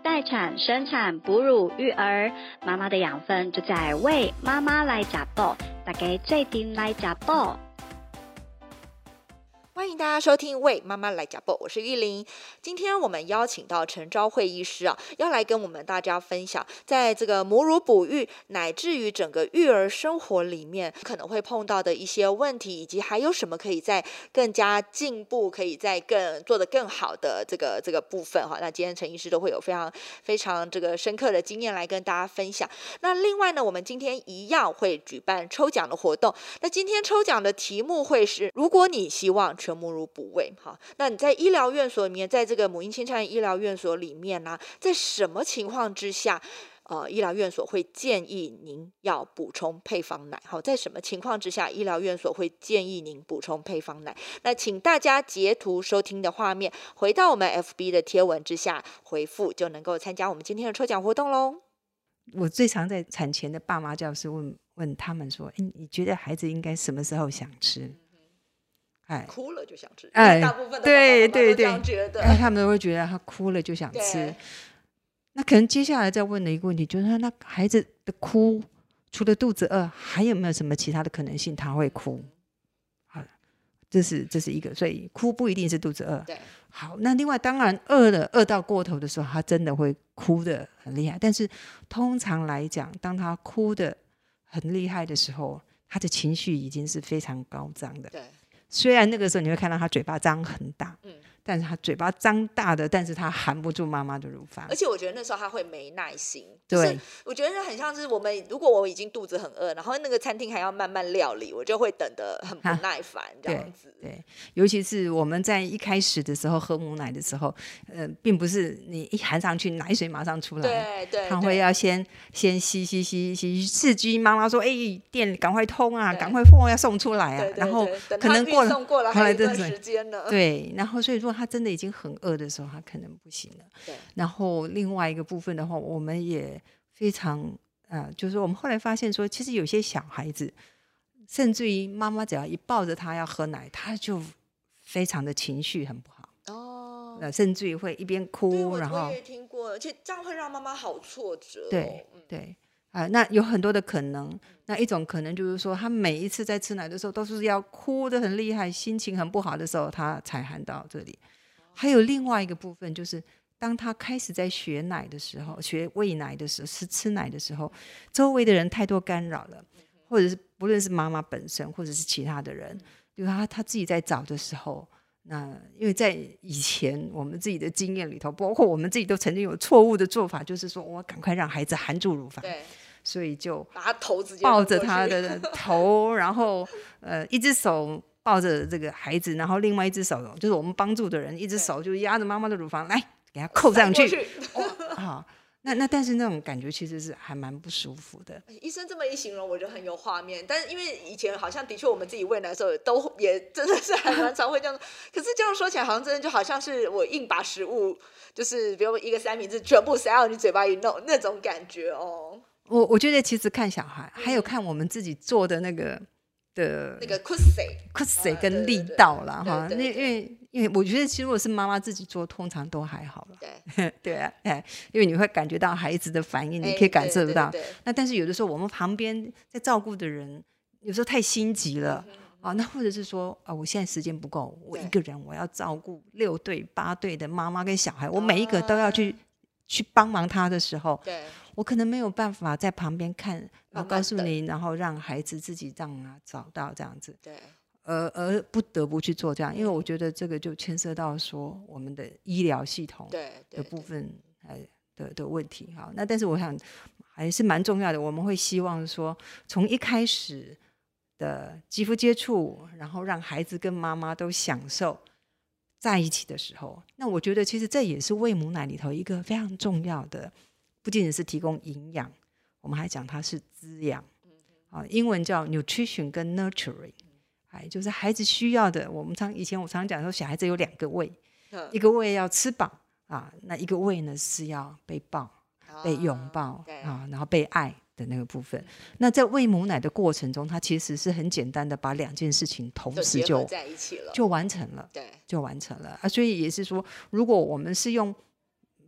待产、生产、哺乳、育儿，妈妈的养分就在为妈妈来吃饱，大家做阵来吃饱。 欢迎大家收听为妈妈来讲报，我是玉玲。今天我们邀请到陈昭慧医师要来跟我们大家分享，在这个母乳哺育乃至于整个育儿生活里面可能会碰到的一些问题，以及还有什么可以再更加进步，可以再更做得更好的这个部分那今天陈医师都会有非常这个深刻的经验来跟大家分享。那另外呢，我们今天一样会举办抽奖的活动。那今天抽奖的题目会是：如果你希望全母乳哺喂，那你在医疗院所里面，在这个母婴亲产医疗院所里面呢，在什么情况之下医疗院所会建议您要补充配方奶？在什么情况之下医疗院所会建议您补充配方奶？那请大家截图收听的画面回到我们 FB 的贴文之下回复，就能够参加我们今天的抽奖活动咯。 我最常在产前的爸妈教室问他们说，你觉得孩子应该什么时候想吃？ 哭了就想吃，大部分的爸妈都这样觉得， 他们都会觉得他哭了就想吃。那可能接下来再问的一个问题就是，那孩子的哭除了肚子饿，还有没有什么其他的可能性他会哭？这是一个，所以哭不一定是肚子饿。 对， 好，那另外当然饿到过头的时候，他真的会哭得很厉害。但是通常来讲，当他哭得很厉害的时候，他的情绪已经是非常高涨的。 对。 虽然那个时候你会看到他嘴巴张很大，但是他嘴巴张大的，但是他含不住妈妈的乳房， 而且我觉得那时候他会没耐心。 对， 就是我觉得很像是如果我已经肚子很饿，然后那个餐厅还要慢慢料理，我就会等得很不耐烦这样子。 对，尤其是我们在一开始的时候喝母奶的时候，并不是你一含上去奶水马上出来， 对， 他会要先吸，刺激妈妈说，电赶快通啊，赶快货要送出来啊， 对， 然后可能过了还有一段时间呢。 对，然后所以说他真的已经很饿的时候，他可能不行了。 对， 然后另外一个部分的话，我们也非常就是我们后来发现说，其实有些小孩子，甚至于妈妈只要一抱着他要喝奶，他就非常的情绪很不好甚至于会一边哭，然后我也听过，而且这样会让妈妈好挫折。 对那有很多的可能。那一种可能就是说，他每一次在吃奶的时候都是要哭得很厉害，心情很不好的时候他才含到这里。还有另外一个部分就是当他开始在学奶的时候，学喂奶的时候，吃奶的时候，周围的人太多干扰了，或者是不论是妈妈本身或者是其他的人，就是他自己在找的时候，那因为在以前我们自己的经验里头，包括我们自己都曾经有错误的做法，就是说我赶快让孩子含住乳房， 对， 所以就把他头直接抱着他的头然后一只手抱着这个孩子，然后另外一只手就是我们帮助的人，一只手就压着妈妈的乳房来给他扣上去那但是那种感觉其实是还蛮不舒服的。 医生这么一形容，我就很有画面。但是因为以前好像的确我们自己喂奶的时候也真的是还蛮常会这样可是这样说起来好像真的就好像是我硬把食物就是比如一个三明治全部塞到你嘴巴里弄那种感觉我觉得其实看小孩还有看我们自己做的那个 쿠세 跟力道啦因为我觉得其实如果是妈妈自己做通常都还好了。对啊因为你会感觉到孩子的反应，你可以感受得到。那但是有的时候我们旁边在照顾的人有時候太心急了那或者是说我现在时间不够，我一个人我要照顾6对8对的妈妈跟小孩，我每一个都要去帮忙他的时候，我可能没有办法在旁边看，然后告诉你，然后让孩子自己找到这样子。而不得不去做这样，因为我觉得这个就牵涉到说我们的医疗系统的部分的问题。好，那但是我想还是蛮重要的，我们会希望说从一开始的肌肤接触，然后让孩子跟妈妈都享受在一起的时候，那我觉得其实这也是喂母奶里头一个非常重要的，不仅仅是提供营养，我们还讲它是滋养英文叫 nutrition 跟 nurturing就是孩子需要的。以前我常讲说小孩子有2个胃，一个胃要吃饱那一个胃呢是要被抱被拥抱然后被爱的那个部分。那在喂母奶的过程中，它其实是很简单的把2件事情同时就在一起了， 就完成了，就完成了所以也是说，如果我们是用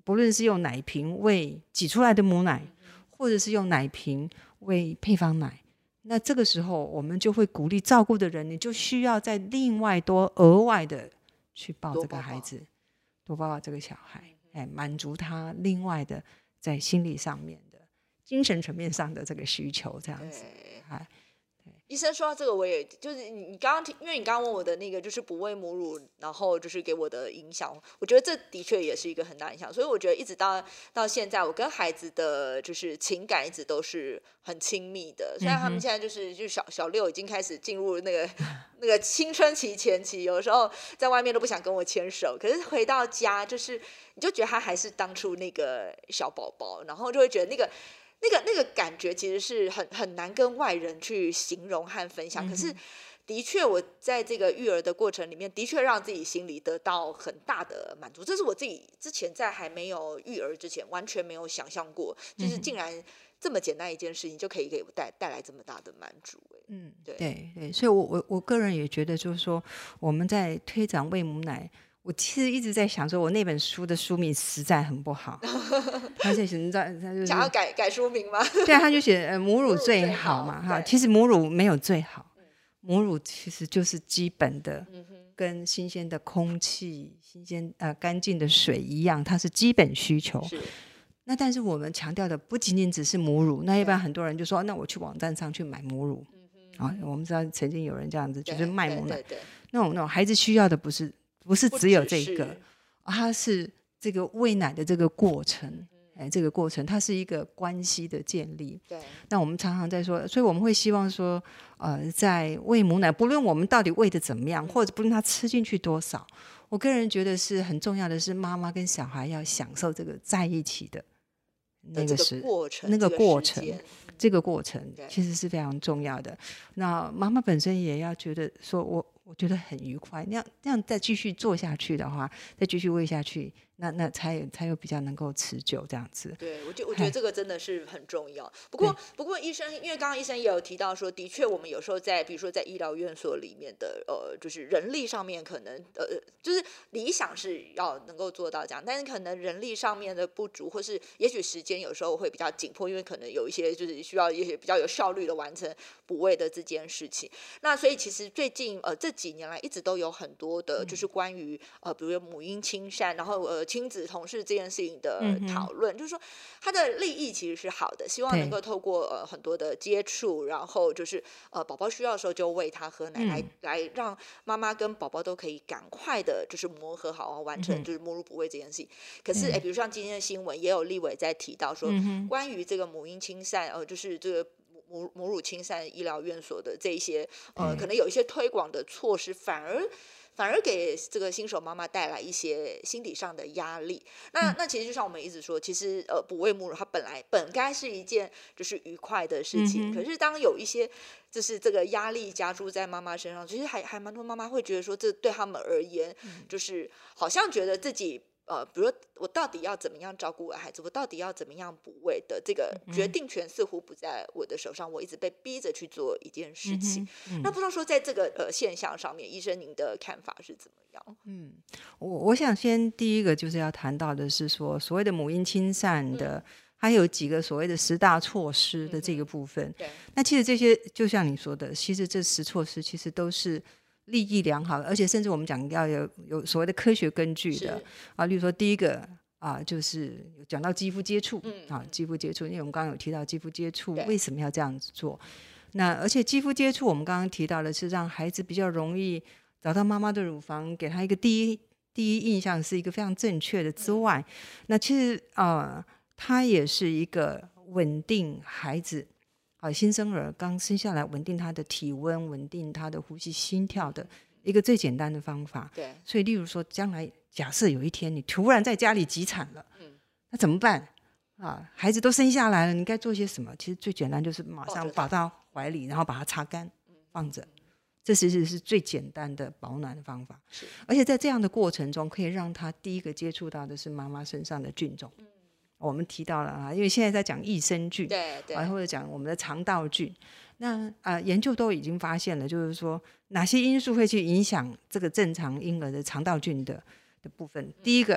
不论是用奶瓶喂挤出来的母奶，或者是用奶瓶喂配方奶，那这个时候我们就会鼓励照顾的人，你就需要再另外多额外的去抱这个孩子，多抱抱这个小孩，满足他另外的在心理上面的精神层面上的这个需求，这样子。 医生说到这个，我也就是你刚刚因为你刚刚问我的那个就是不喂母乳，然后就是给我的影响，我觉得这的确也是一个很大影响。所以我觉得一直到现在，我跟孩子的就是情感一直都是很亲密的。虽然他们现在就是小六已经开始进入那个青春期前期，有时候在外面都不想跟我牵手，可是回到家就是你就觉得他还是当初那个小宝宝，然后就会觉得那个感觉其实是很难跟外人去形容和分享，可是的确我在这个育儿的过程里面的确让自己心里得到很大的满足，这是我自己之前在还没有育儿之前完全没有想象过，就是竟然这么简单一件事情就可以给我带来这么大的满足。 对，所以我个人也觉得就是说我们在推展喂母奶，我其实一直在想说，我那本书的书名实在很不好。他就想要改书名吗？ 对啊，他就写母乳最好嘛哈。其实母乳没有最好，母乳其实就是基本的，跟新鲜的空气、干净的水一样，它是基本需求。那但是我们强调的不仅仅只是母乳，那一般很多人就说，那我去网站上去买母乳。我们知道曾经有人这样子，就是卖母奶。那种孩子需要的不是只有这个，它是这个喂奶的这个过程，这个过程它是一个关系的建立。那我们常常在说，所以我们会希望说，在喂母奶，不论我们到底喂的怎么样，或者不论他吃进去多少，我个人觉得是很重要的是，妈妈跟小孩要享受这个在一起的那个过程，这个过程其实是非常重要的。那妈妈本身也要觉得说，我觉得很愉快，那样再继续做下去的话，再继续喂下去，那才有比较能够持久这样子。 对，我觉得这个真的是很重要。不过医生，因为刚刚医生也有提到说，的确我们有时候比如说在医疗院所里面的就是人力上面可能就是理想是要能够做到这样，但是可能人力上面的不足，或是也许时间有时候会比较紧迫，因为可能有一些就是需要一些比较有效率的完成哺喂的这件事情。那所以其实最近这几年来一直都有很多的就是关于比如说母婴亲善，然后亲子同事这件事情的讨论，就是说它的利益其实是好的，希望能够透过很多的接触，然后就是宝宝需要的时候就喂他喝奶，来让妈妈跟宝宝都可以赶快的就是磨合好，完成就是母乳哺喂这件事情。可是比如像今天的新闻也有立委在提到说，关于这个母婴亲善就是这个母乳亲善医疗院所的这一些可能有一些推广的措施，反而给这个新手妈妈带来一些心理上的压力。那其实就像我们一直说，其实哺喂母乳它本该是一件就是愉快的事情，可是当有一些就是这个压力加诸在妈妈身上，其实还蛮多妈妈会觉得说，这对他们而言就是好像觉得自己比如说我到底要怎么样照顾我的孩子，我到底要怎么样哺喂的这个决定权似乎不在我的手上，我一直被逼着去做一件事情。那不知道说在这个现象上面，医生您的看法是怎么样？ 我想先第一个就是要谈到的是说，所谓的母婴亲善的还有几个所谓的10大措施的这个部分。那其实这些就像你说的，其实这10措施其实都是利益良好的，而且甚至我们讲要有所谓的科学根据的例如说第一个就是讲到肌肤接触肌肤接触，因为我们刚刚有提到肌肤接触为什么要这样子做。那而且肌肤接触我们刚刚提到的是让孩子比较容易找到妈妈的乳房，给他一个第一印象是一个非常正确的之外，那其实它也是一个稳定孩子新生儿刚生下来稳定他的体温，稳定他的呼吸心跳的一个最简单的方法。所以例如说将来假设有一天你突然在家里急产了那怎么办孩子都生下来了，你该做些什么？其实最简单就是马上抱到怀里，然后把它擦干放着，这其实是最简单的保暖的方法。而且在这样的过程中可以让他第一个接触到的是妈妈身上的菌种。我们提到了因为现在在讲益生菌，或者讲我们的肠道菌，那研究都已经发现了，就是说哪些因素会去影响这个正常婴儿的肠道菌的部分。第一个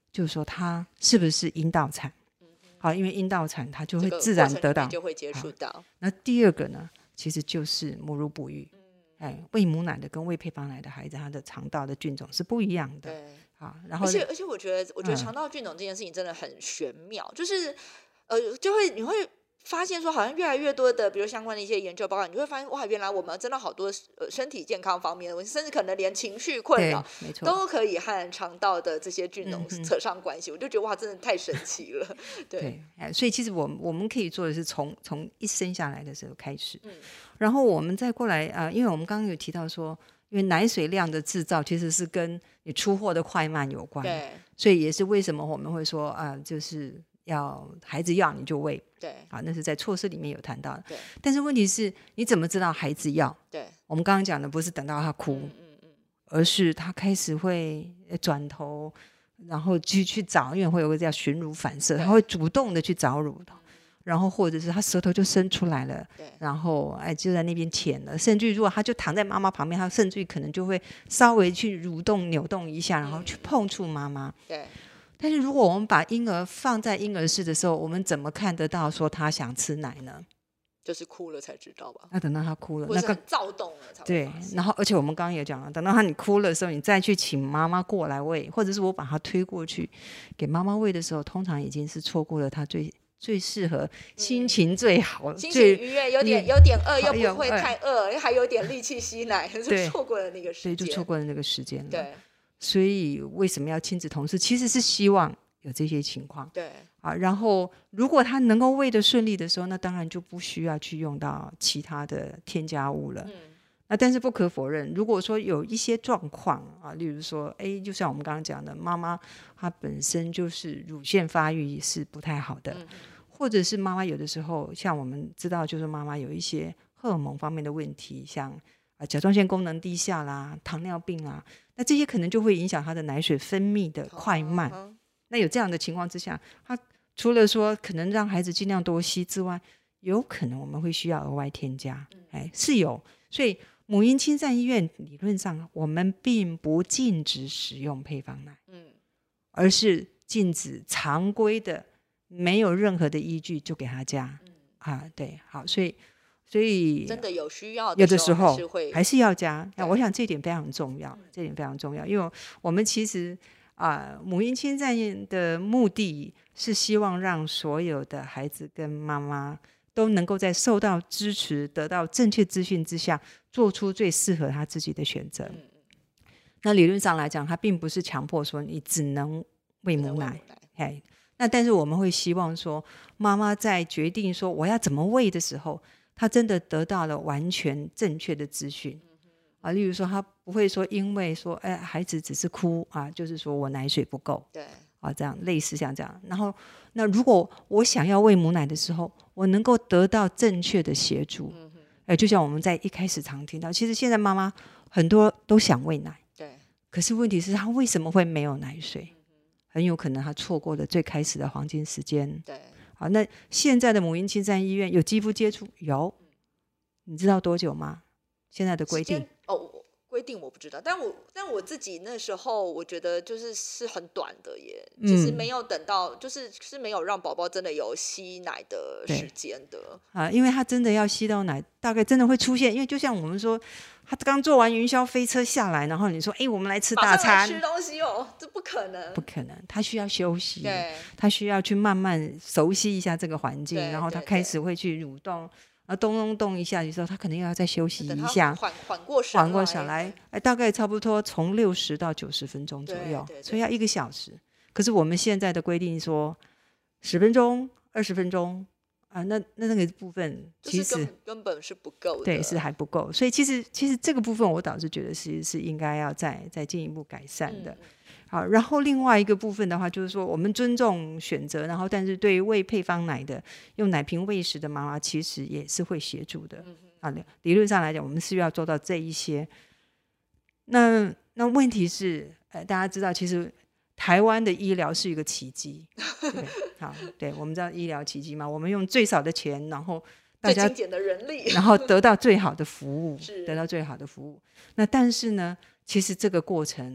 就是说他是不是阴道产。好，因为阴道产它就会自然得到， 就会接触到。 那第二个呢，其实就是母乳哺育。喂母奶的跟喂配方奶的孩子，他的肠道的菌种是不一样的。 对， 好，然后而且我觉得肠道菌种这件事情真的很玄妙，就是你会发现说，好像越来越多的，比如相关的一些研究报告，你会发现哇，原来我们真的好多身体健康方面的，甚至可能连情绪困扰都可以和肠道的这些菌种扯上关系。我就觉得哇，真的太神奇了。对， 所以其实我们可以做的是从一生下来的时候开始，然后我们再过来因为我们刚刚有提到说，因为奶水量的制造其实是跟你出货的快慢有关， 对， 所以也是为什么我们会说就是要孩子要你就喂， 对， 那是在措施里面有谈到的。 对， 但是问题是你怎么知道孩子要？ 对， 我们刚刚讲的不是等到他哭，而是他开始会转头，然后去找，因为会有个叫寻乳反射，他会主动的去找乳头，然后或者是他舌头就伸出来了，然后就在那边舔了，甚至如果他就躺在妈妈旁边，他甚至可能就会稍微去蠕动扭动一下，然后去碰触妈妈。 对。 但是如果我们把婴儿放在婴儿室的时候，我们怎么看得到说他想吃奶呢？ 就是哭了才知道吧。 那等到他哭了， 或是很躁动了才会。 对，然后而且我们刚刚也讲了，等到你哭了的时候，你再去请妈妈过来喂，或者是我把他推过去给妈妈喂的时候，通常已经是错过了他最适合、心情最好、 心情愉悦，有点饿又不会太饿，还有点力气吸奶，就错过了那个时间。 对，就错过了那个时间了。 对。 所以为什么要亲子同室？其实是希望有这些情况。 对， 然后如果他能够喂得顺利的时候，那当然就不需要去用到其他的添加物了。但是不可否认，如果说有一些状况例如说就像我们刚刚讲的，妈妈她本身就是乳腺发育是不太好的，或者是妈妈有的时候像我们知道，就是妈妈有一些荷尔蒙方面的问题，像甲状腺功能低下啦、糖尿病啦，那这些可能就会影响她的奶水分泌的快慢。那有这样的情况之下，她除了说可能让孩子尽量多吸之外，有可能我们会需要额外添加，是有。所以母婴亲善医院理论上我们并不禁止使用配方奶，而是禁止常规的没有任何的依据就给他加。对，好，所以真的有需要有的时候还是要加。 那我想这点非常重要，这点非常重要，因为我们其实母婴亲善的目的是希望让所有的孩子跟妈妈都能够在受到支持、得到正确资讯之下，做出最适合他自己的选择。那理论上来讲，他并不是强迫说你只能喂母奶。那但是我们会希望说，妈妈在决定说我要怎么喂的时候，他真的得到了完全正确的资讯。例如说他不会说因为说孩子只是哭就是说我奶水不够， 对这样类似像这样。然后那如果我想要喂母奶的时候，我能够得到正确的协助。就像我们在一开始常听到，其实现在妈妈很多都想喂奶， 对， 可是问题是她为什么会没有奶水？很有可能她错过了最开始的黄金时间。 对， 好，那现在的母婴亲善医院有肌肤接触，有，你知道多久吗？现在的规定规定我不知道，但我自己那时候我觉得是很短的耶，其实没有等到就是没有让宝宝真的有吸奶的时间的因为他真的要吸到奶，大概真的会出现，因为就像我们说，他刚坐完云霄飞车下来，然后你说我们来吃大餐， 马上来吃东西这不可能， 不可能，他需要休息， 对， 他需要去慢慢熟悉一下这个环境，然后他开始会去蠕动。动一下的时候，他可能又要再休息一下， 缓过神来， 大概差不多从60到90分钟左右，所以要1个小时。可是我们现在的规定说10分钟、20分钟那个部分其实根本是不够的， 对，是还不够。所以其实这个部分我倒是觉得是应该要再进一步改善的。好，然后另外一个部分的话，就是说我们尊重选择，然后但是对于喂配方奶的用奶瓶喂食的妈妈，其实也是会协助的。理论上来讲，我们是要做到这一些。那问题是，大家知道，其实台湾的医疗是一个奇迹。对，我们知道医疗奇迹嘛，我们用最少的钱，然后大家最精简的人力， 然后得到最好的服务， 是得到最好的服务。那但是呢，其实这个过程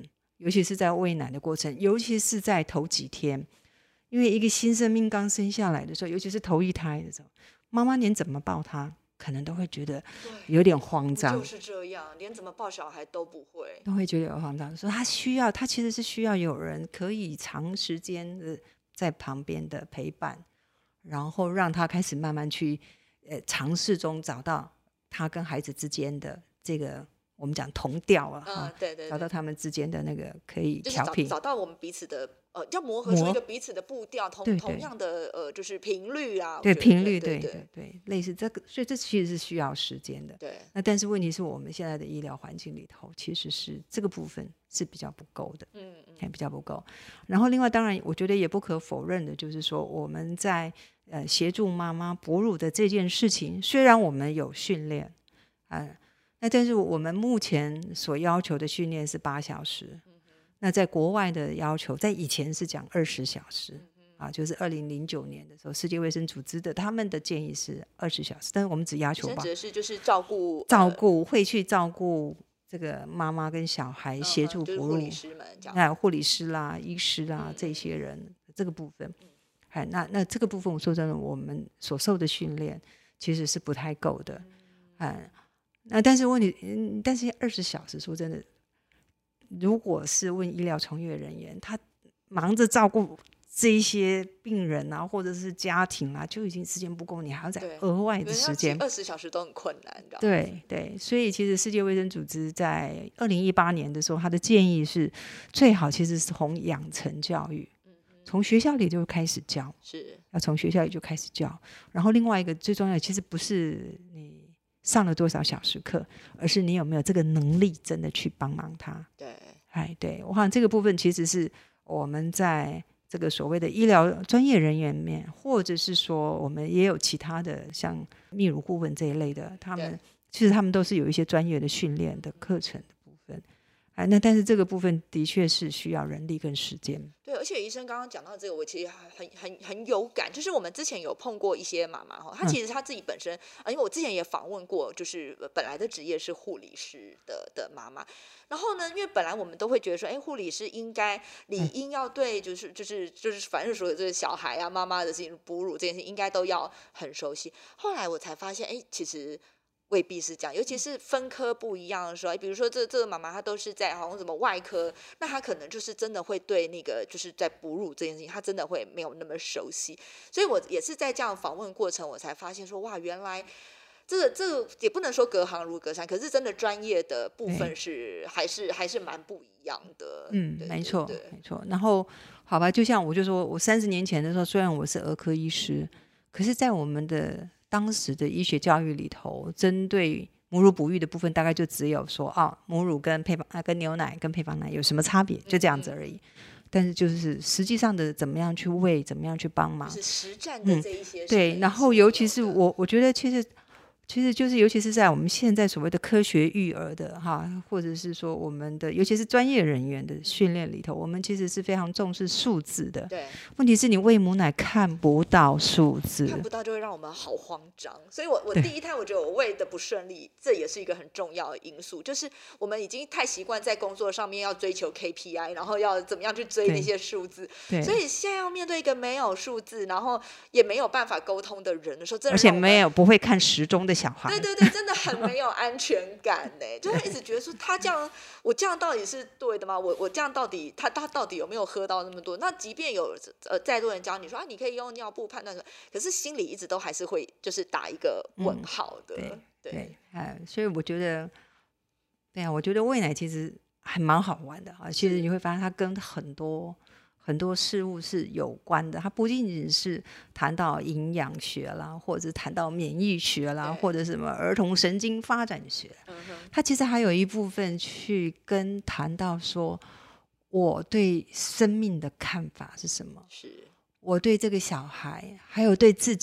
尤其是在喂奶的过程，尤其是在头几天，因为一个新生命刚生下来的时候，尤其是头一胎的时候，妈妈连怎么抱他可能都会觉得有点慌张， 就是这样，连怎么抱小孩都不会， 都会觉得有慌张。所以他其实是需要有人可以长时间的在旁边的陪伴，然后让他开始慢慢去尝试中找到他跟孩子之间的这个我们讲同调啊， 对对， 找到他们之间的那个可以调频， 就是找到我们彼此的要磨合出一个彼此的步调，同样的就是频率啊， 对频率，对，类似这个，所以这其实是需要时间的。 对， 那但是问题是我们现在的医疗环境里头，其实是这个部分是比较不够的，比较不够。然后另外当然我觉得也不可否认的就是说我们在协助妈妈哺乳的这件事情，虽然我们有训练那但是我们目前所要求的训练是8小时，那在国外的要求在以前是讲20小时就是2009年的时候世界卫生组织的他们的建议是20小时，但是我们只要求指的是就是照顾会去照顾这个妈妈跟小孩，协助哺乳， 护理师们护理师啦医师啦这些人这个部分那这个部分我说真的我们所受的训练其实是不太够的那但是20小时说真的，如果是问医疗从业人员，他忙着照顾这些病人啊或者是家庭啊就已经时间不够，你还要再额外的时间 ，20小时都很困难，你知道吗？ 对，所以其实世界卫生组织在2018年的时候他的建议是最好其实是从养成教育，从学校里就开始教， 是要从学校里就开始教。然后另外一个最重要的其实不是你上了多少小时课，而是你有没有这个能力真的去帮忙他。对，我想这个部分其实是我们在这个所谓的医疗专业人员面，或者是说我们也有其他的像泌乳顾问这一类的，其实他们都是有一些专业的训练的课程的部分那但是这个部分的确是需要人力跟时间。 对，而且医生刚刚讲到这个我其实很有感，就是我们之前有碰过一些妈妈她其实她自己本身因为我之前也访问过就是本来的职业是护理师的妈妈，然后呢因为本来我们都会觉得说护理师理应要对就是反正所有这个小孩啊妈妈的事情哺乳这件事情应该都要很熟悉，后来我才发现其实未必是这样，尤其是分科不一样的时候，比如说这个妈妈她都是在好像什么外科，那她可能就是真的会对那个就是在哺乳这件事情她真的会没有那么熟悉，所以我也是在这样访问过程我才发现说哇原来这个也不能说隔行如隔山，可是真的专业的部分是还是蛮不一样的。 没错。然后好吧，就像我就说我30年前的时候虽然我是儿科医师，可是在我们的当时的医学教育里头，针对母乳哺育的部分大概就只有说母乳跟牛奶跟配方奶有什么差别，就这样子而已。但是就是实际上的怎么样去喂，怎么样去帮忙， 就是实战的这一些对。然后尤其是我觉得其实就是尤其是在我们现在所谓的科学育儿的或者是说我们的尤其是专业人员的训练里头，我们其实是非常重视数字的。 对， 问题是你喂母奶看不到数字， 看不到就会让我们好慌张。所以我第一胎我觉得我喂的不顺利，这也是一个很重要的因素，就是我们已经太习惯在工作上面要追求 KPI， 然后要怎么样去追那些数字，所以现在要面对一个没有数字然后也没有办法沟通的人的时候，真的而且不会看时钟的小孩， 对，真的很没有安全感就会一直觉得说他这样，我这样到底是对的吗？我这样到底他到底有没有喝到那么多？那即便有再多人教你说你可以用尿布判断，可是心里一直都还是会就是打一个问号的。对， 所以我觉得我觉得喂奶其实还蛮好玩的其实你会发现它跟很多事物是有关的，它不仅仅是谈到营养学啦，或者是谈到免疫学啦，或者什么儿童神经发展学，它其实还有一部分去谈到说我对生命的看法是什么， 是我对这个小孩还有对自己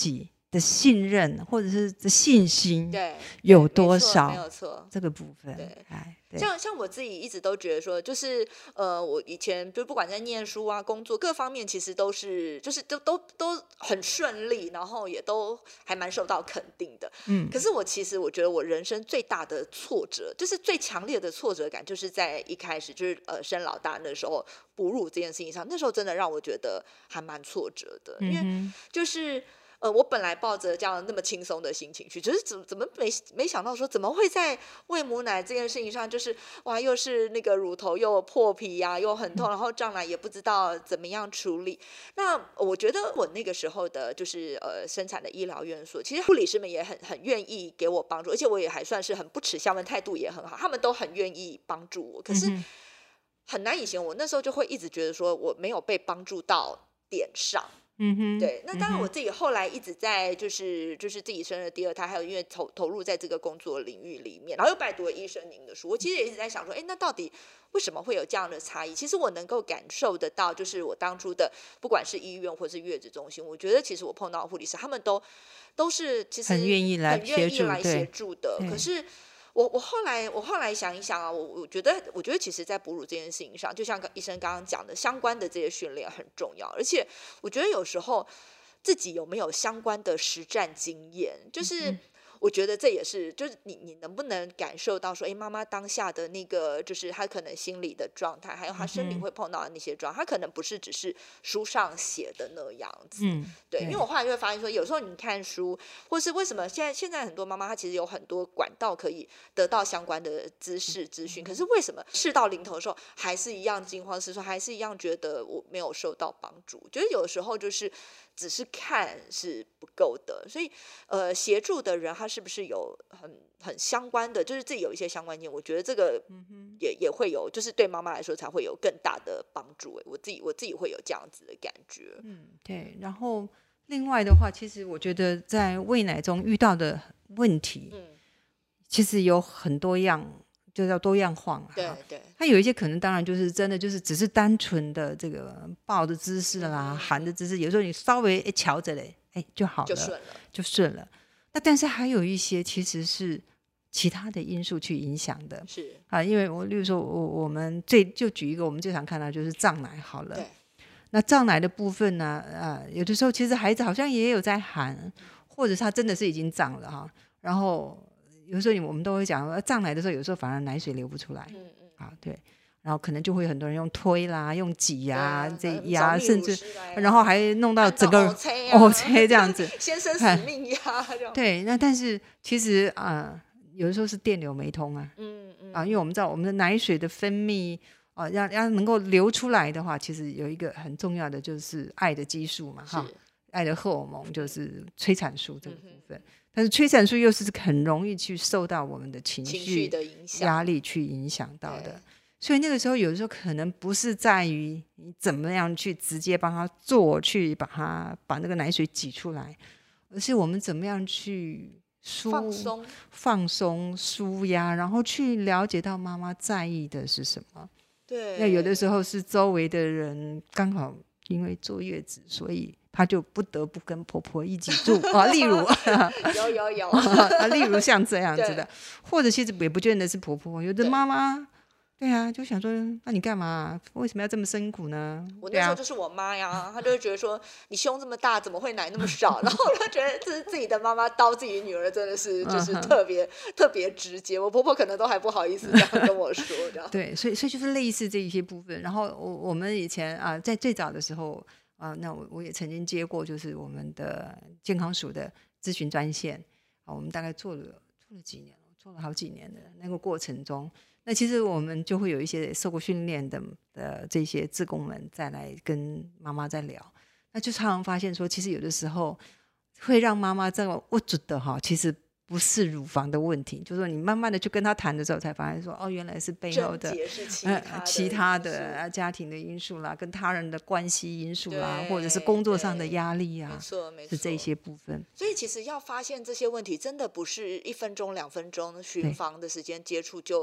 的信任或者是的信心对有多少， 没有错， 这个部分。 对，像我自己一直都觉得说，就是我以前就不管在念书啊、工作各方面，其实都是就是都很顺利，然后也都还蛮受到肯定的。可是其实我觉得我人生最大的挫折，就是最强烈的挫折感，就是在一开始就是生老大那时候哺乳这件事情上，那时候真的让我觉得还蛮挫折的，因为就是我本来抱着这样那么轻松的心情去，就是怎么没想到说怎么会在喂母奶这件事情上，就是哇，又是那个乳头又破皮呀、又很痛，然后胀奶也不知道怎么样处理。那我觉得我那个时候的就是生产的医疗院所，其实护理师们也很愿意给我帮助，而且我也还算是很不耻下问，态度也很好，他们都很愿意帮助我。可是很难以前我那时候就会一直觉得说我没有被帮助到点上。对，那当然我自己后来一直在就是自己生了第二胎，还有因为投入在这个工作领域里面，然后又拜读了医生您的书，我其实也一直在想说，那到底为什么会有这样的差异？其实我能够感受得到，就是我当初的不管是医院或是月子中心，我觉得其实我碰到的护理师他们都是其实很愿意来协助的，可是我后来想一想啊，我觉得其实在哺乳这件事情上，就像医生刚刚讲的，相关的这些训练很重要，而且我觉得有时候自己有没有相关的实战经验，就是我觉得这也是，就是你能不能感受到说，妈妈当下的那个，就是她可能心理的状态，还有她生理会碰到的那些状态，她可能不是只是书上写的那样子。对，因为我后来就会发现说，有时候你看书，或是为什么现在很多妈妈她其实有很多管道可以得到相关的知识资讯，可是为什么事到临头的时候还是一样惊慌失措，还是一样觉得我没有受到帮助？觉得有时候就是只是看是不够的，所以协助的人他是不是有很相关的，就是自己有一些相关经验，我觉得这个也会有，就是对妈妈来说才会有更大的帮助。我自己会有这样子的感觉。 对。然后另外的话，其实我觉得在喂奶中遇到的问题，其实有很多样。就叫多样化嘛， 对， 它有一些可能当然就是真的就是只是单纯的这个抱的姿势啦，含的姿势，有时候你稍微瞧着嘞，就好了，就顺了。那但是还有一些其实是其他的因素去影响的， 是啊，因为例如说我们就举一个我们最常看到就是胀奶好了，那胀奶的部分呢，有的时候其实孩子好像也有在含，或者是他真的是已经胀了哈，然后。有时候我们都会讲胀奶的时候，有时候反而奶水流不出来，对，然后可能就会很多人用推啦、用挤呀、这压，甚至然后还弄到整个这样子， 先生死命压， 对，那但是其实有的时候是电流没通啊，因为我们知道我们的奶水的分泌要能够流出来的话，其实有一个很重要的就是爱的激素嘛，爱的荷尔蒙就是催产素这个部分。但是催产素又是很容易去受到我们的情绪的影响、 压力去影响到的，所以那个时候有的时候可能不是在于你怎么样去直接帮他做，去把那个奶水挤出来，而是我们怎么样去放松、舒压，然后去了解到妈妈在意的是什么。 对， 那有的时候是周围的人刚好因为坐月子，所以他就不得不跟婆婆一起住例如有例如像这样子的，或者其实也不见得是婆婆，有的妈妈对啊，就想说那你干嘛？为什么要这么辛苦呢？ 我那时候就是我妈呀，她就会觉得说你胸这么大，怎么会奶那么少？然后她觉得这是自己的妈妈叨自己女儿，真的是就是特别直接。我婆婆可能都还不好意思这样跟我说，这样对，所以就是类似这一些部分。然后我们以前在最早的时候那我也曾经接过，就是我们的健康署的咨询专线我们大概做了几年，做了好几年的那个过程中。那其实我们就会有一些受过训练的这些志工们再来跟妈妈在聊，那就常常发现说，其实有的时候会让妈妈这么握住的其实不是乳房的问题，就是说你慢慢的去跟他谈的时候，才发现说原来是背后的其他的家庭的因素啦，跟他人的关系因素啦，或者是工作上的压力啊， 没错， 是这些部分。 所以其实要发现这些问题，真的不是1分钟2分钟巡房的时间接触就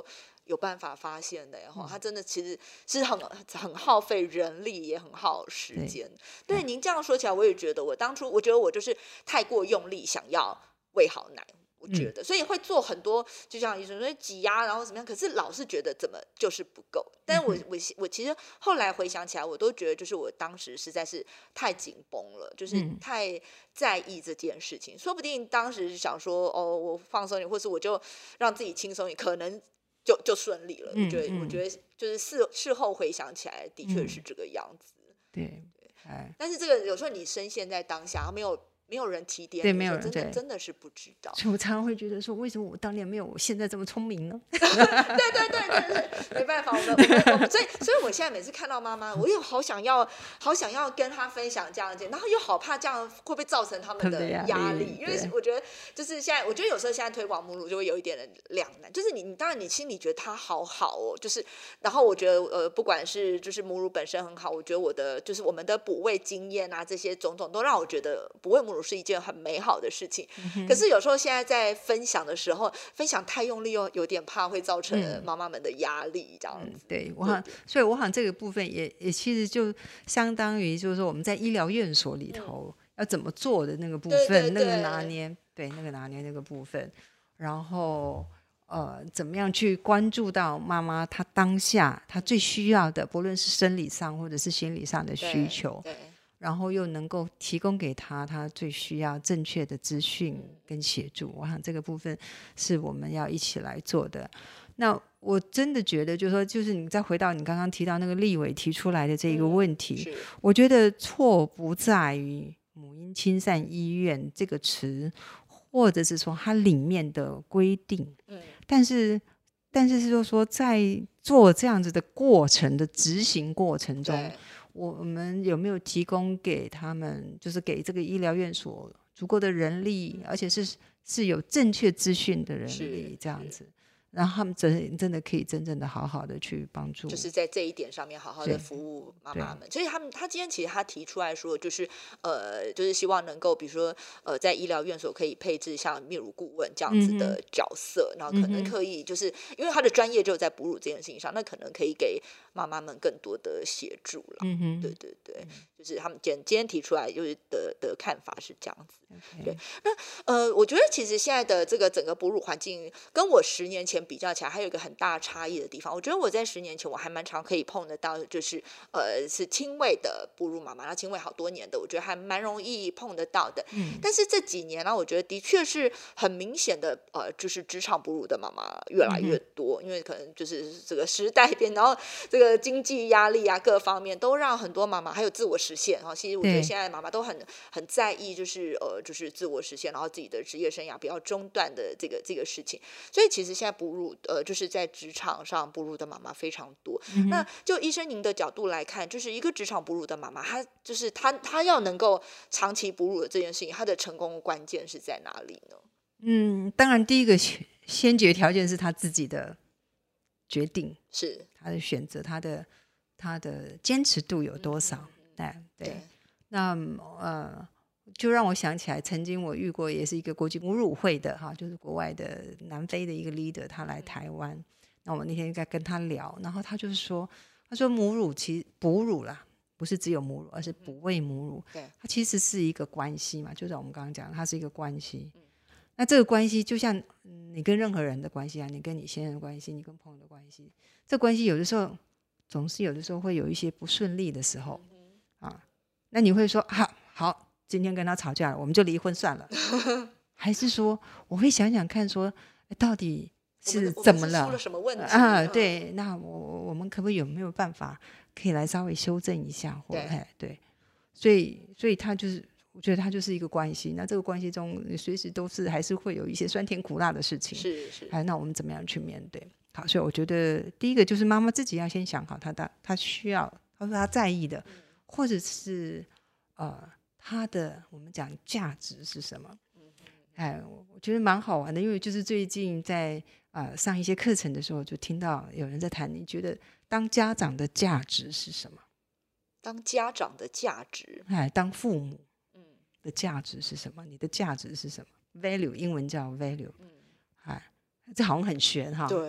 有办法发现的它真的其实是很耗费人力，也很耗时间。对，您这样说起来，我也觉得我当初我觉得我就是太过用力想要喂好奶，我觉得所以会做很多，就像医生说挤压然后怎么样，可是老是觉得怎么就是不够。但我其实后来回想起来，我都觉得就是我当时实在是太紧绷了，就是太在意这件事情。说不定当时想说我放松一点，或是我就让自己轻松一点，可能就顺利了。我觉得就是事后回想起来的确是这个样子。 对， 但是这个有时候你深陷在当下，没有人提点你， 对，没有人真的是不知道。 所以我常常会觉得说，为什么我当年没有我现在这么聪明呢？ 对，没办法，所以我现在每次看到妈妈，我又好想要跟她分享这样子，然后又好怕这样会不会造成他们的压力，因为我觉得就是现在，我觉得有时候现在推广母乳就会有一点的两难，就是你当然你心里觉得她好就是然后我觉得不管是就是母乳本身很好，我觉得我们的哺喂经验啊，这些种种都让我觉得哺喂母乳是一件很美好的事情。可是有时候现在在分享的时候，分享太用力又有点怕会造成妈妈们的压力这样子。 对，所以我想这个部分也其实就相当于就是说我们在医疗院所里头要怎么做的那个部分，那个拿捏，对，那个拿捏那个部分，然后怎么样去关注到妈妈她当下她最需要的，不论是生理上或者是心理上的需求，然后又能够提供给她最需要正确的资讯跟协助。我想这个部分是我们要一起来做的。那我真的觉得就是你再回到你刚刚提到那个立委提出来的这个问题，我觉得错不在于母婴亲善医院这个词，或者是说它里面的规定，但是是说在做这样子的过程的执行过程中，我们有没有提供给他们，就是给这个医疗院所足够的人力，而且是有正确资讯的人力这样子，然后他们真的可以真正的好好的去帮助， 就是在这一点上面好好的服务妈妈们。所以他今天其实他提出来说，就是希望能够比如说在医疗院所可以配置像泌乳顾问这样子的角色，然后可能可以就是因为他的专业就在哺乳这件事情上，那可能可以给妈妈们更多的协助了。对，就是他们今天提出来就是的看法是这样子。对，那我觉得其实现在的这个整个哺乳环境跟我10年前比较起来，还有一个很大差异的地方。我觉得我在10年前我还蛮常可以碰得到，就是是亲喂的哺乳妈妈，那亲喂好多年的，我觉得还蛮容易碰得到的。但是这几年呢，我觉得的确是很明显的，就是职场哺乳的妈妈越来越多，因为可能就是这个时代变，然后这个经济压力啊，各方面都让很多妈妈还有自我实现其实我觉得现在妈妈都很在意，就是自我实现，然后自己的职业生涯不要中断的这个事情。所以其实现在哺乳就是在职场上哺乳的妈妈非常多。那就医生您的角度来看，就是一个职场哺乳的妈妈，她要能够长期哺乳的这件事情，她的成功关键是在哪里呢？ 当然第一个先决条件是她自己的决定， 是她的选择，她的坚持度有多少。对，那就让我想起来，曾经我遇过也是一个国际母乳会的就是国外的南非的一个 leader， 他来台湾，那我那天在跟他聊，然后他就是说，母乳其实哺乳啦，不是只有母乳，而是哺喂母乳，它其实是一个关系嘛，就像我们刚刚讲，它是一个关系。那这个关系就像你跟任何人的关系你跟你先生的关系，你跟朋友的关系，这关系有的时候总是有的时候会有一些不顺利的时候那你会说好，今天跟他吵架了，我们就离婚算了还是说我会想想看说到底是怎么了， 出了什么问题对，那我们可不可以有没有办法可以来稍微修正一下对，所以他就是我觉得它就是一个关系，那这个关系中你随时都是还是会有一些酸甜苦辣的事情， 是那我们怎么样去面对？好，所以我觉得第一个就是妈妈自己要先想好她需要，她说她在意的或者是她的我们讲价值是什么。我觉得蛮好玩的，因为就是最近在上一些课程的时候就听到有人在谈，你觉得当家长的价值是什么？ 当家长的价值当父母的价值是什么？你的价值是什么？ value 英文叫 value，这好像很玄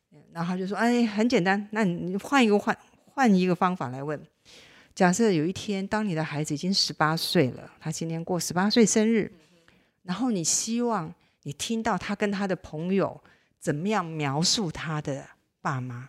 然后他就说哎，很简单，那你换一个方法来问。假设有一天当你的孩子已经18岁了，他今天过18岁生日，然后你希望你听到他跟他的朋友怎么样描述他的爸妈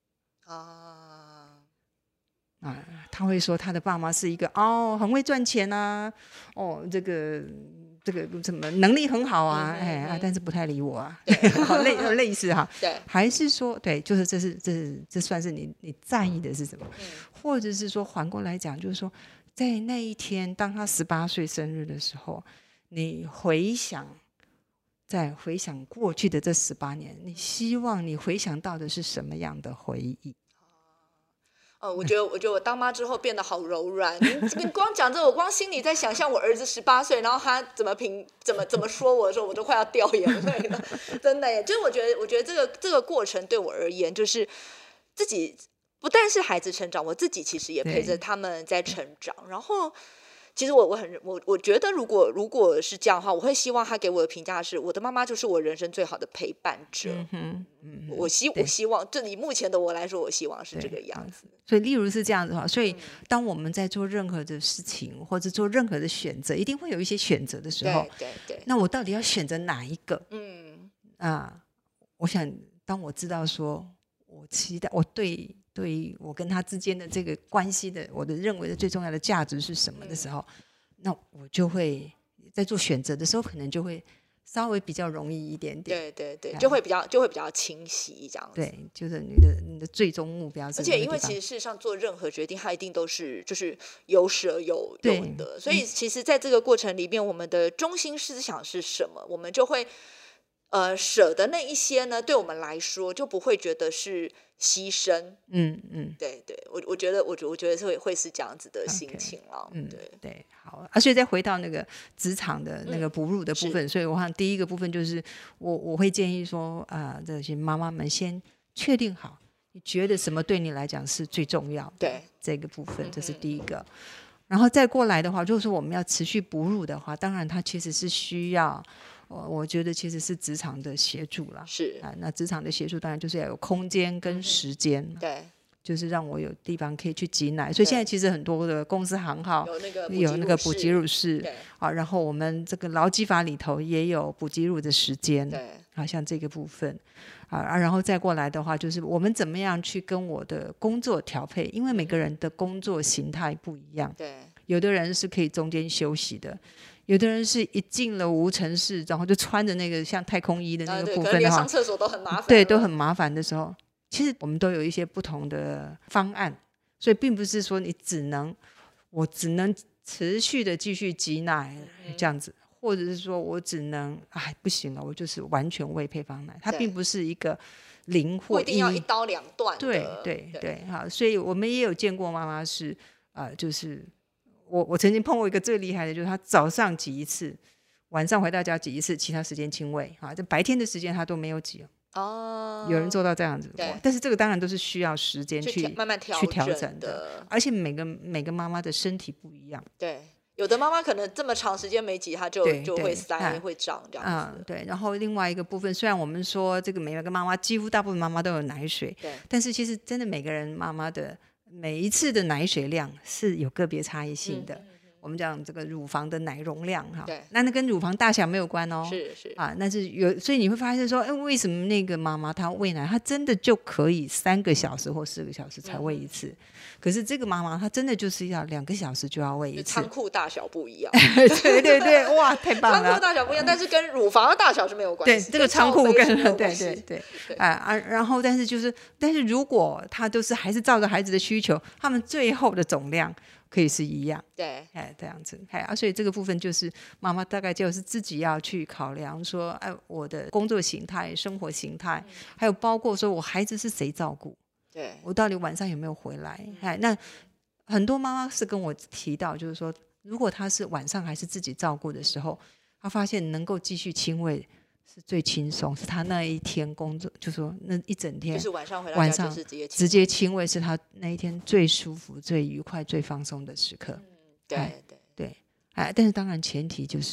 他会说他的爸妈是一个很会赚钱啊，这个什么能力很好啊，但是不太理我啊，类似哈， 对， 还是说对，就是这算是你在意的是什么？或者是说反过来讲，就是说在那一天当他18岁生日的时候，你回想过去的这18年，你希望你回想到的是什么样的回忆？ 我觉得我当妈之后变得好柔软。你光讲这，我光心里在想象我儿子18岁，然后他怎么说我的时候，我都快要掉眼泪了。真的耶，就是我觉得这个过程对我而言，就是自己不但是孩子成长，我自己其实也陪着他们在成长。然后其实我觉得如果是这样的话，我会希望他给我的评价是，我的妈妈就是我人生最好的陪伴者。我希望，就以目前的我来说，我希望是这个样子。 所以例如是这样子的话，所以当我们在做任何的事情或者做任何的选择，一定会有一些选择的时候， 对， 那我到底要选择哪一个？我想当我知道说我期待我对我跟他之间的这个关系的我的认为的最重要的价值是什么的时候，那我就会在做选择的时候可能就会稍微比较容易一点点。 对，就会比较清晰这样子。 对，就是你的最终目标是。 而且因为其实事实上做任何决定，它一定都是就是有舍有得，所以其实在这个过程里面，我们的中心思想是什么，我们就会舍的那一些呢，对我们来说就不会觉得是牺牲。对，我觉得会是这样子的心情了。 对，好。所以再回到那个职场的那个哺乳的部分，所以我想第一个部分就是我会建议说这些妈妈们先确定好你觉得什么对你来讲是最重要的， 对这个部分，这是第一个。然后再过来的话，如果说我们要持续哺乳的话，当然它其实是需要我觉得其实是职场的协助啦。 是那职场的协助当然就是要有空间跟时间。 对， 就是让我有地方可以去挤奶，所以现在其实很多的公司行号有那个哺挤乳室然后我们这个劳基法里头也有哺挤乳的时间，像这个部分然后再过来的话，就是我们怎么样去跟我的工作调配，因为每个人的工作形态不一样，有的人是可以中间休息的，有的人是一进了无尘室，然后就穿着那个像太空衣的那个部分的话， 连上厕所都很麻烦， 对，都很麻烦的时候，其实我们都有一些不同的方案，所以并不是说我只能持续的继续挤奶这样子，或者是说我只能不行了，我就是完全喂配方奶，它并不是一个零或一， 不一定要一刀两断的。对，好，所以我们也有见过妈妈是就是我曾经碰过一个最厉害的，就是她早上挤一次，晚上回到家挤一次，其他时间亲喂这白天的时间她都没有挤有人做到这样子，但是这个当然都是需要时间去慢慢去调整的，而且每个妈妈的身体不一样。 对，有的妈妈可能这么长时间没挤，她就会塞会胀这样子。 对。然后另外一个部分，虽然我们说这个每个妈妈几乎大部分妈妈都有奶水，但是其实真的每个人妈妈的每一次的奶水量是有个别差异性的。我们讲这个乳房的奶容量那跟乳房大小没有关是那是所以你会发现说为什么那个妈妈她喂奶她真的就可以3个小时或4个小时才喂一次，可是这个妈妈她真的就是要2个小时就要喂一次。 仓库大小不一样对，哇，太棒了， 仓库大小不一样，但是跟乳房的大小是没有关系。 对，这个仓库跟对然后但是如果她都是还是照着孩子的需求，他们最后的总量可以是一样， 对， 这样子，所以这个部分就是妈妈大概就是自己要去考量说，我的工作形态、生活形态，还有包括说我孩子是谁照顾， 对， 我到底晚上有没有回来？那很多妈妈是跟我提到，就是说，如果她是晚上还是自己照顾的时候，她发现能够继续亲喂是最轻松，是他那一天工作，就说那一整天， 就是晚上回到家就是直接亲喂，是他那一天最舒服、最愉快、最放松的时刻。 对， 但是当然前提就是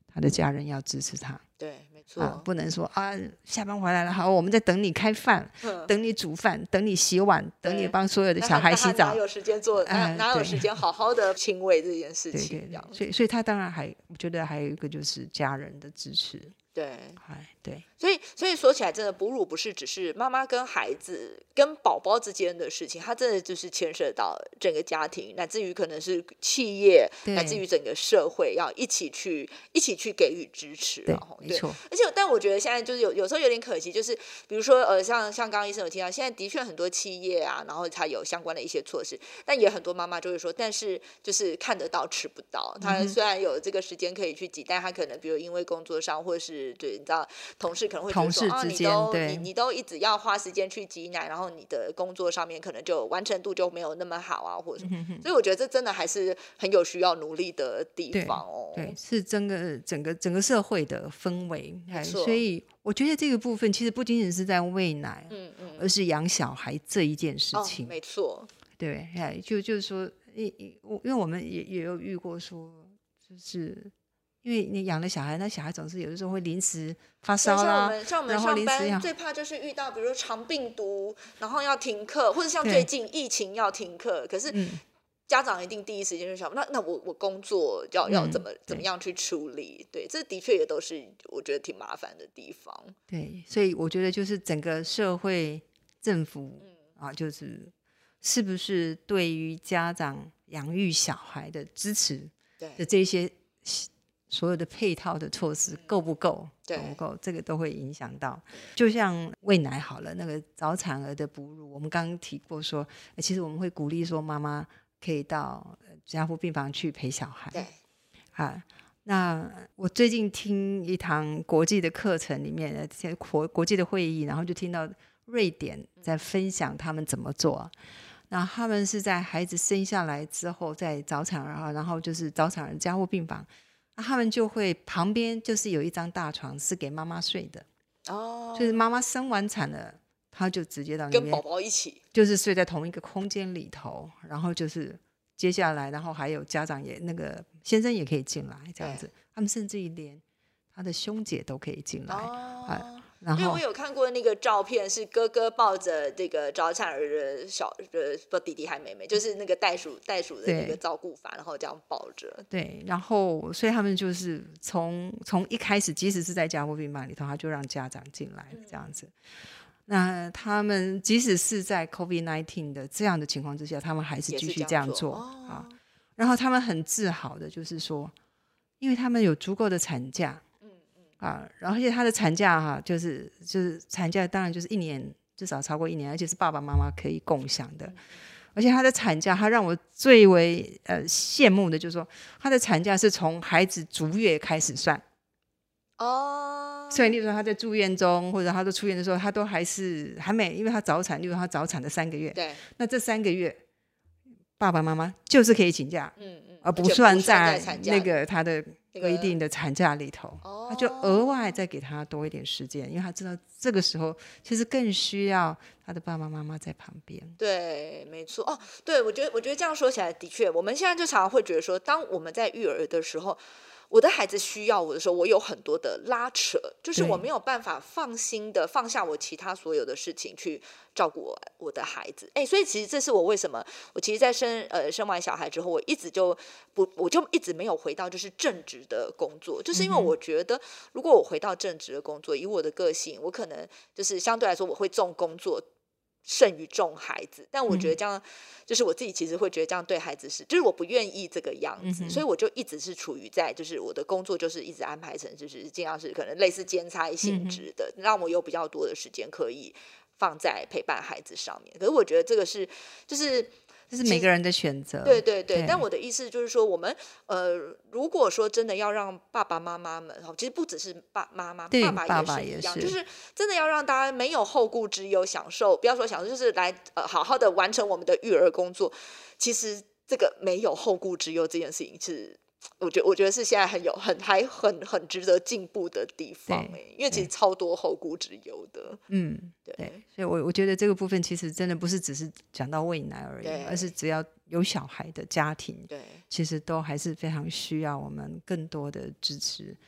他的家人要支持他。 对，没错， 不能说下班回来了，好，我们在等你开饭，等你煮饭，等你洗碗，等你帮所有的小孩洗澡， 哪有时间做，哪有时间好好的亲喂这件事情？ 对，所以他当然我觉得还有一个就是家人的支持。 对，所以说起来，真的哺乳不是只是妈妈跟孩子跟宝宝之间的事情，它真的就是牵涉到整个家庭，乃至于可能是企业，乃至于整个社会要一起去给予支持。 对，没错。 而且，但我觉得现在就是有时候有点可惜，就是比如说像刚刚医生有提到，现在的确很多企业啊，然后它有相关的一些措施，但也很多妈妈就会说，但是就是看得到吃不到。他虽然有这个时间可以去挤，但他可能比如因为工作上或是对，你知道同事可能会觉得说你都一直要花时间去挤奶，然后你的工作上面可能就完成度就没有那么好啊，或者所以我觉得这真的还是很有需要努力的地方哦。 对，是整个社会的氛围。所以我觉得这个部分其实不仅仅是在喂奶，而是养小孩这一件事情。 没错， 对，就是说，因为我们也有遇过说，就是因为你养了小孩，那小孩总是有的时候会临时发烧啦， 像我们上班最怕就是遇到比如说肠病毒，然后要停课，或者像最近疫情要停课，可是家长一定第一时间就想，那我工作要怎么样去处理？对，这的确也都是我觉得挺麻烦的地方。 对，所以我觉得就是整个社会政府是不是对于家长养育小孩的支持的这些所有的配套的措施够不够？够不够？这个都会影响到。就像喂奶好了，那个早产儿的哺乳，我们刚刚提过说，其实我们会鼓励说妈妈可以到加护病房去陪小孩。 对， 那我最近听一堂国际的课程里面的国际的会议，然后就听到瑞典在分享他们怎么做。那他们是在孩子生下来之后，在早产儿，然后就是早产儿加护病房。他们就会旁边就是有一张大床是给妈妈睡的就是妈妈生完产了，她就直接到里面跟宝宝一起， 就是睡在同一个空间里头，然后就是接下来，然后还有家长也那个先生也可以进来这样子，他们甚至于连他的兄姐都可以进来然后因为我有看过那个照片，是哥哥抱着这个早产儿的不弟弟还妹妹，就是那个袋鼠的那个照顾法，然后这样抱着。 对，然后所以他们就是从一开始，即使是在加护病房里头，他就让家长进来这样子。那他们即使是在 COVID-19 的这样的情况之下，他们还是继续这样做然后他们很自豪的就是说，因为他们有足够的产假。然后而且他的产假就是产假当然就是1年至少超过1年，而且是爸爸妈妈可以共享的。而且他的产假，他让我最为羡慕的就是说，他的产假是从孩子足月开始算。所以例如说他在住院中，或者他都出院的时候，他都还没，因为他早产，例如他早产的3个月， 对， 那这3个月爸爸妈妈就是可以请假，而不算在那个他的规定的产假里头，他就额外再给他多一点时间，因为他知道这个时候其实更需要他的爸爸妈妈在旁边。 对，没错。对，我觉得这样说起来的确，我们现在就常常会觉得说，当我们在育儿的时候，我的孩子需要我的时候，我有很多的拉扯，就是我没有办法放心的放下我其他所有的事情去照顾我的孩子。所以其实这是我为什么我其实在生完小孩之后，我就一直没有回到就是正职的工作，就是因为我觉得如果我回到正职的工作，以我的个性，我可能就是相对来说我会重工作胜于重孩子，但我觉得这样就是我自己其实会觉得这样对孩子就是我不愿意这个样子，所以我就一直是处于在就是我的工作就是一直安排成就是尽量是可能类似兼差性质的，让我有比较多的时间可以放在陪伴孩子上面。可是我觉得这个是这是每个人的选择。 对，但我的意思就是说，我们如果说真的要让爸爸妈妈们，其实不只是妈妈，爸爸也是一样，就是真的要让大家没有后顾之忧，不要说享受，就是来好好的完成我们的育儿工作。其实这个没有后顾之忧这件事情是。我觉得是现在很值得进步的地方因为其实超多后顾之忧的。 对，所以我觉得这个部分其实真的不是只是讲到喂奶而已，而是只要有小孩的家庭，其实都还是非常需要我们更多的支持。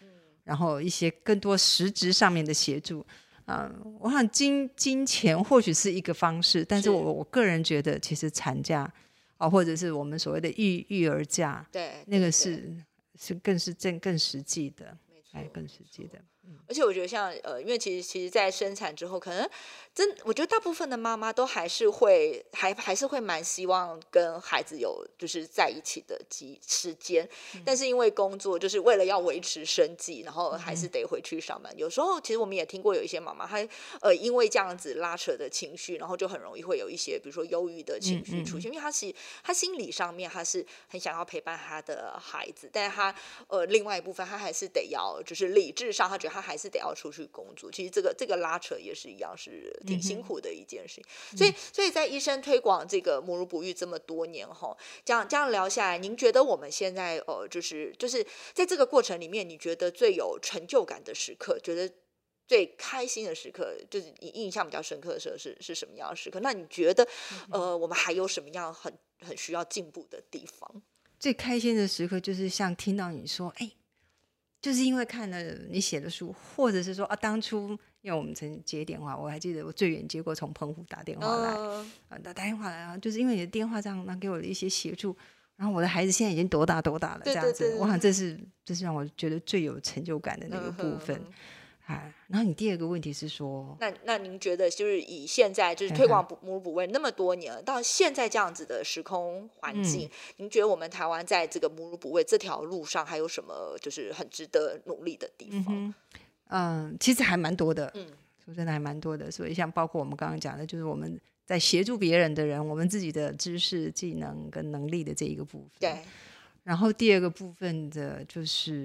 然后一些更多实质上面的协助。我想金钱或许是一个方式，但是我个人觉得其实产假或者是我们所谓的育儿假， 对， 那个是更实际的，更实际的。 而且我觉得像因为其实在生产之后，可能我觉得大部分的妈妈都还是会蛮希望跟孩子有就是在一起的时间，但是因为工作就是为了要维持生计，然后还是得回去上班。有时候其实我们也听过有一些妈妈，她因为这样子拉扯的情绪，然后就很容易会有一些比如说忧郁的情绪出现，因为她心理上面她是很想要陪伴她的孩子，但是她另外一部分她还是得要就是理智上，她觉得她还是得要出去工作。其实这个拉扯也是一样，是挺辛苦的一件事情。所以在医生推广这个母乳哺育这么多年后，这样聊下来，您觉得我们现在就是在这个过程里面，你觉得最有成就感的时刻，觉得最开心的时刻，就是你印象比较深刻的时候是什么样的时刻？那你觉得我们还有什么样很需要进步的地方？ 最开心的时刻就是像听到你说就是因为看了你写的书，或者是说当初因为我们曾接电话，我还记得我最远接过从澎湖打电话来，打电话来就是因为你的电话这样给我的一些协助，然后我的孩子现在已经多大了这样子，我想这是让我觉得最有成就感的那个部分。然后你第二个问题是说， 那您觉得就是以现在就是推广母乳哺喂那么多年了，到现在这样子的时空环境，您觉得我们台湾在这个母乳哺喂这条路上还有什么就是很值得努力的地方？ 其实还蛮多的，说真的还蛮多的。所以像包括我们刚刚讲的，就是我们在协助别人的人，我们自己的知识、技能跟能力的这一个部分。 对。 然后第二个部分的就是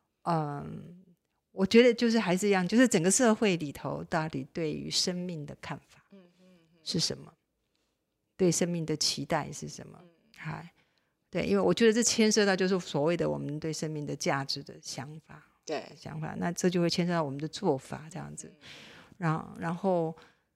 我觉得就是还是一样，就是整个社会里头到底对于生命的看法是什么，对生命的期待是什么。对，因为我觉得这牵涉到就是所谓的我们对生命的价值的想法，那这就会牵涉到我们的做法这样子。然后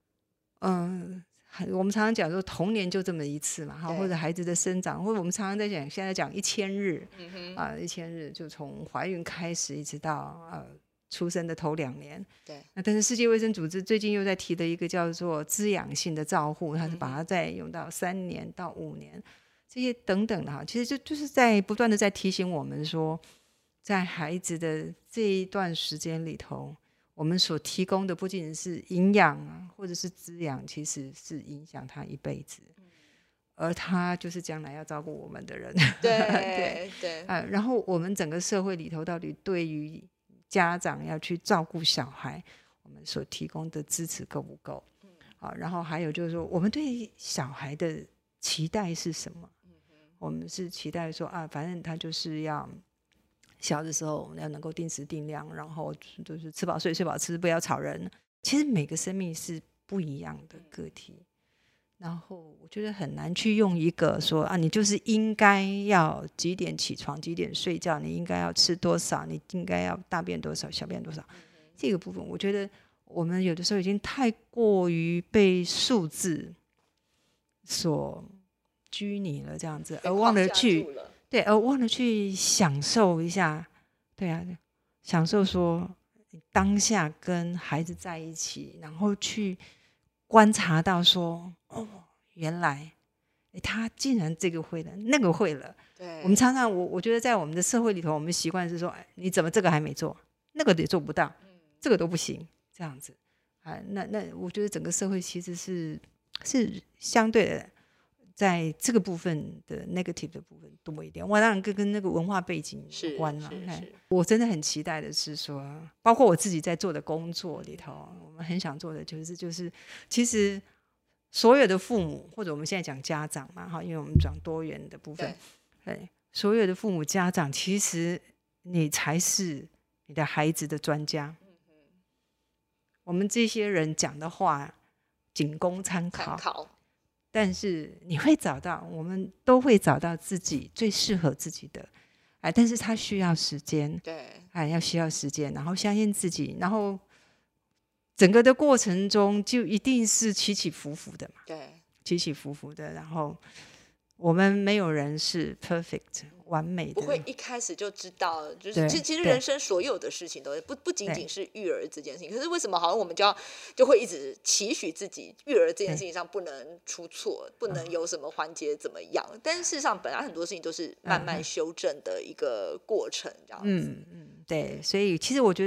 我们常常讲说童年就这么一次嘛，或者孩子的生长，或者我们常常在讲现在讲1000日，1000日就从怀孕开始一直到出生的头2年。 对。 但是世界卫生组织最近又在提的一个叫做滋养性的照护，它是把它再用到3年到5年这些等等的其实就是在不断的在提醒我们说，在孩子的这一段时间里头，我们所提供的不仅仅是营养或者是滋养，其实是影响他一辈子，而他就是将来要照顾我们的人。 对。 然后我们整个社会里头到底对于家长要去照顾小孩，我们所提供的支持够不够？然后还有就是说，我们对小孩的期待是什么？我们是期待说反正他就是要小的时候要能够定时定量，然后就是吃饱睡，睡饱吃，不要吵人。其实每个生命是不一样的个体，然后我觉得很难去用一个说你就是应该要几点起床几点睡觉，你应该要吃多少，你应该要大便多少小便多少，这个部分我觉得我们有的时候已经太过于被数字所拘泥了这样子，而忘了去享受一下。享受说当下跟孩子在一起，然后去观察到说原来他竟然这个会了那个会了。 对。 我们常常我觉得在我们的社会里头，我们习惯是说你怎么这个还没做，那个也做不到，这个都不行这样子。那我觉得整个社会其实是相对的在这个部分的 negative 的部分多一点，我当然跟那个文化背景有关了。我真的很期待的是说，包括我自己在做的工作里头，我们很想做的就是其实所有的父母，或者我们现在讲家长嘛，因为我们讲多元的部分，所有的父母家长，其实你才是你的孩子的专家。我们这些人讲的话仅供参考，但是我们都会找到自己最适合自己的，但是他需要时间，要需要时间，然后相信自己，然后整个的过程中就一定是起起伏伏的嘛，起起伏伏的，然后我们没有人是 perfect 完美的， 不会一开始就知道，就是其实人生所有的事情都不仅仅是育儿这件事情，可是为什么好像我们就会一直期许自己育儿这件事情上不能出错，不能有什么环节怎么样，但是事实上本来很多事情都是慢慢修正的一个过程这样子。 对，所以其实我觉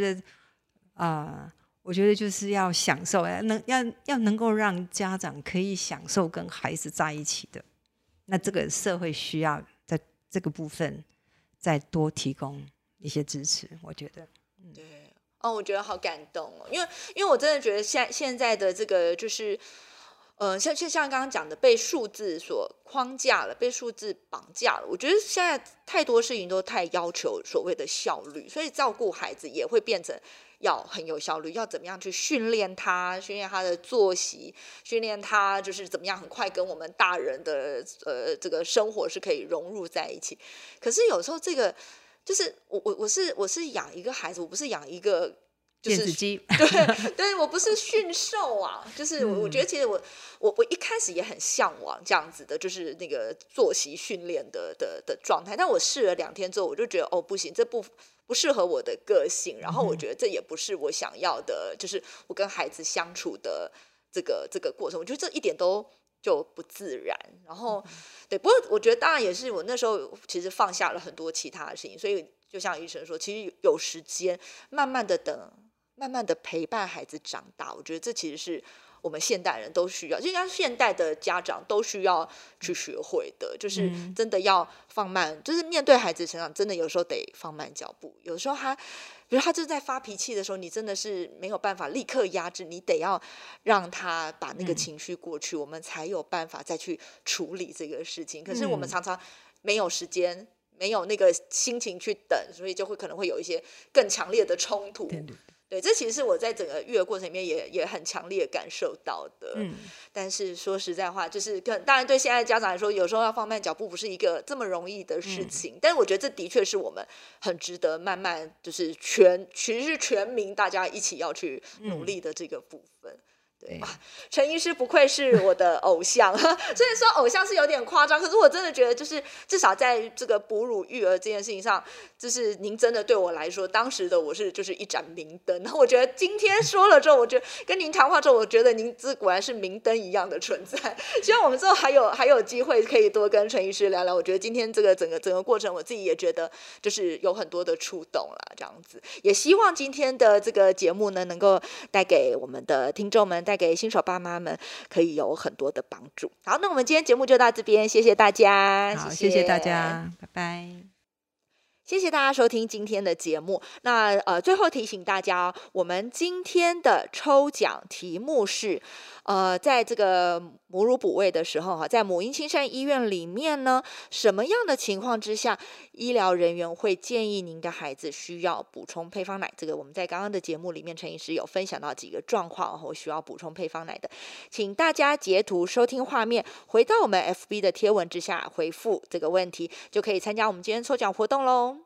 得就是要享受，要能够让家长可以享受跟孩子在一起的，那这个社会需要在这个部分再多提供一些支持，我觉得。 对，我觉得好感动哦，因为我真的觉得现在的这个就是像刚刚讲的，被数字所框架了，被数字绑架了。我觉得现在太多事情都太要求所谓的效率，所以照顾孩子也会变成要很有效率，要怎么样去训练他的作息，训练他就是怎么样很快跟我们大人的这个生活是可以融入在一起。可是有时候这个就是我是养一个孩子，我不是养一个。 电子鸡， 对，我不是驯兽啊，就是我觉得其实我一开始也很向往这样子的，就是那个作息训练的状态，但我试了2天之后，我就觉得不行，这不适合我的个性，然后我觉得这也不是我想要的，就是我跟孩子相处的这个过程，我觉得这一点都就不自然。然后对，不过我觉得当然也是我那时候其实放下了很多其他的事情，所以就像医生说，其实有时间慢慢的陪伴孩子长大，我觉得这其实是我们现代人都需要，就应该现代的家长都需要去学会的，就是真的要放慢，就是面对孩子成长，真的有时候得放慢脚步。有时候比如他就在发脾气的时候，你真的是没有办法立刻压制，你得要让他把那个情绪过去，我们才有办法再去处理这个事情。可是我们常常没有时间，没有那个心情去等，所以就可能会有一些更强烈的冲突。对，这其实是我在整个育儿过程里面也很强烈感受到的。但是说实在话，就是当然对现在的家长来说，有时候要放慢脚步不是一个这么容易的事情。但是我觉得这的确是我们很值得慢慢就是其实是全民大家一起要去努力的这个部分。对，陈医师不愧是我的偶像，虽然说偶像是有点夸张，可是我真的觉得就是至少在这个哺乳育儿这件事情上，就是您真的对我来说，当时的我就是一盏明灯。我觉得今天说了之后，我觉得跟您谈话之后，我觉得您这果然是明灯一样的存在。希望我们之后还有机会可以多跟陈医师聊聊。我觉得今天这个整个过程，我自己也觉得就是有很多的触动啦，这样子。也希望今天的这个节目呢，能够带给我们的听众们，带给新手爸妈们可以有很多的帮助。好，那我们今天节目就到这边，谢谢大家。 好，谢谢大家，拜拜。 谢谢大家收听今天的节目。那最后提醒大家，我们今天的抽奖题目是在这个母乳哺喂的时候在母婴亲生医院里面呢，什么样的情况之下医疗人员会建议您的孩子需要补充配方奶？这个我们在刚刚的节目里面陈医师有分享到几个状况我需要补充配方奶的，请大家截图收听画面，回到我们 FB 的贴文之下回复这个问题，就可以参加我们今天抽奖活动咯。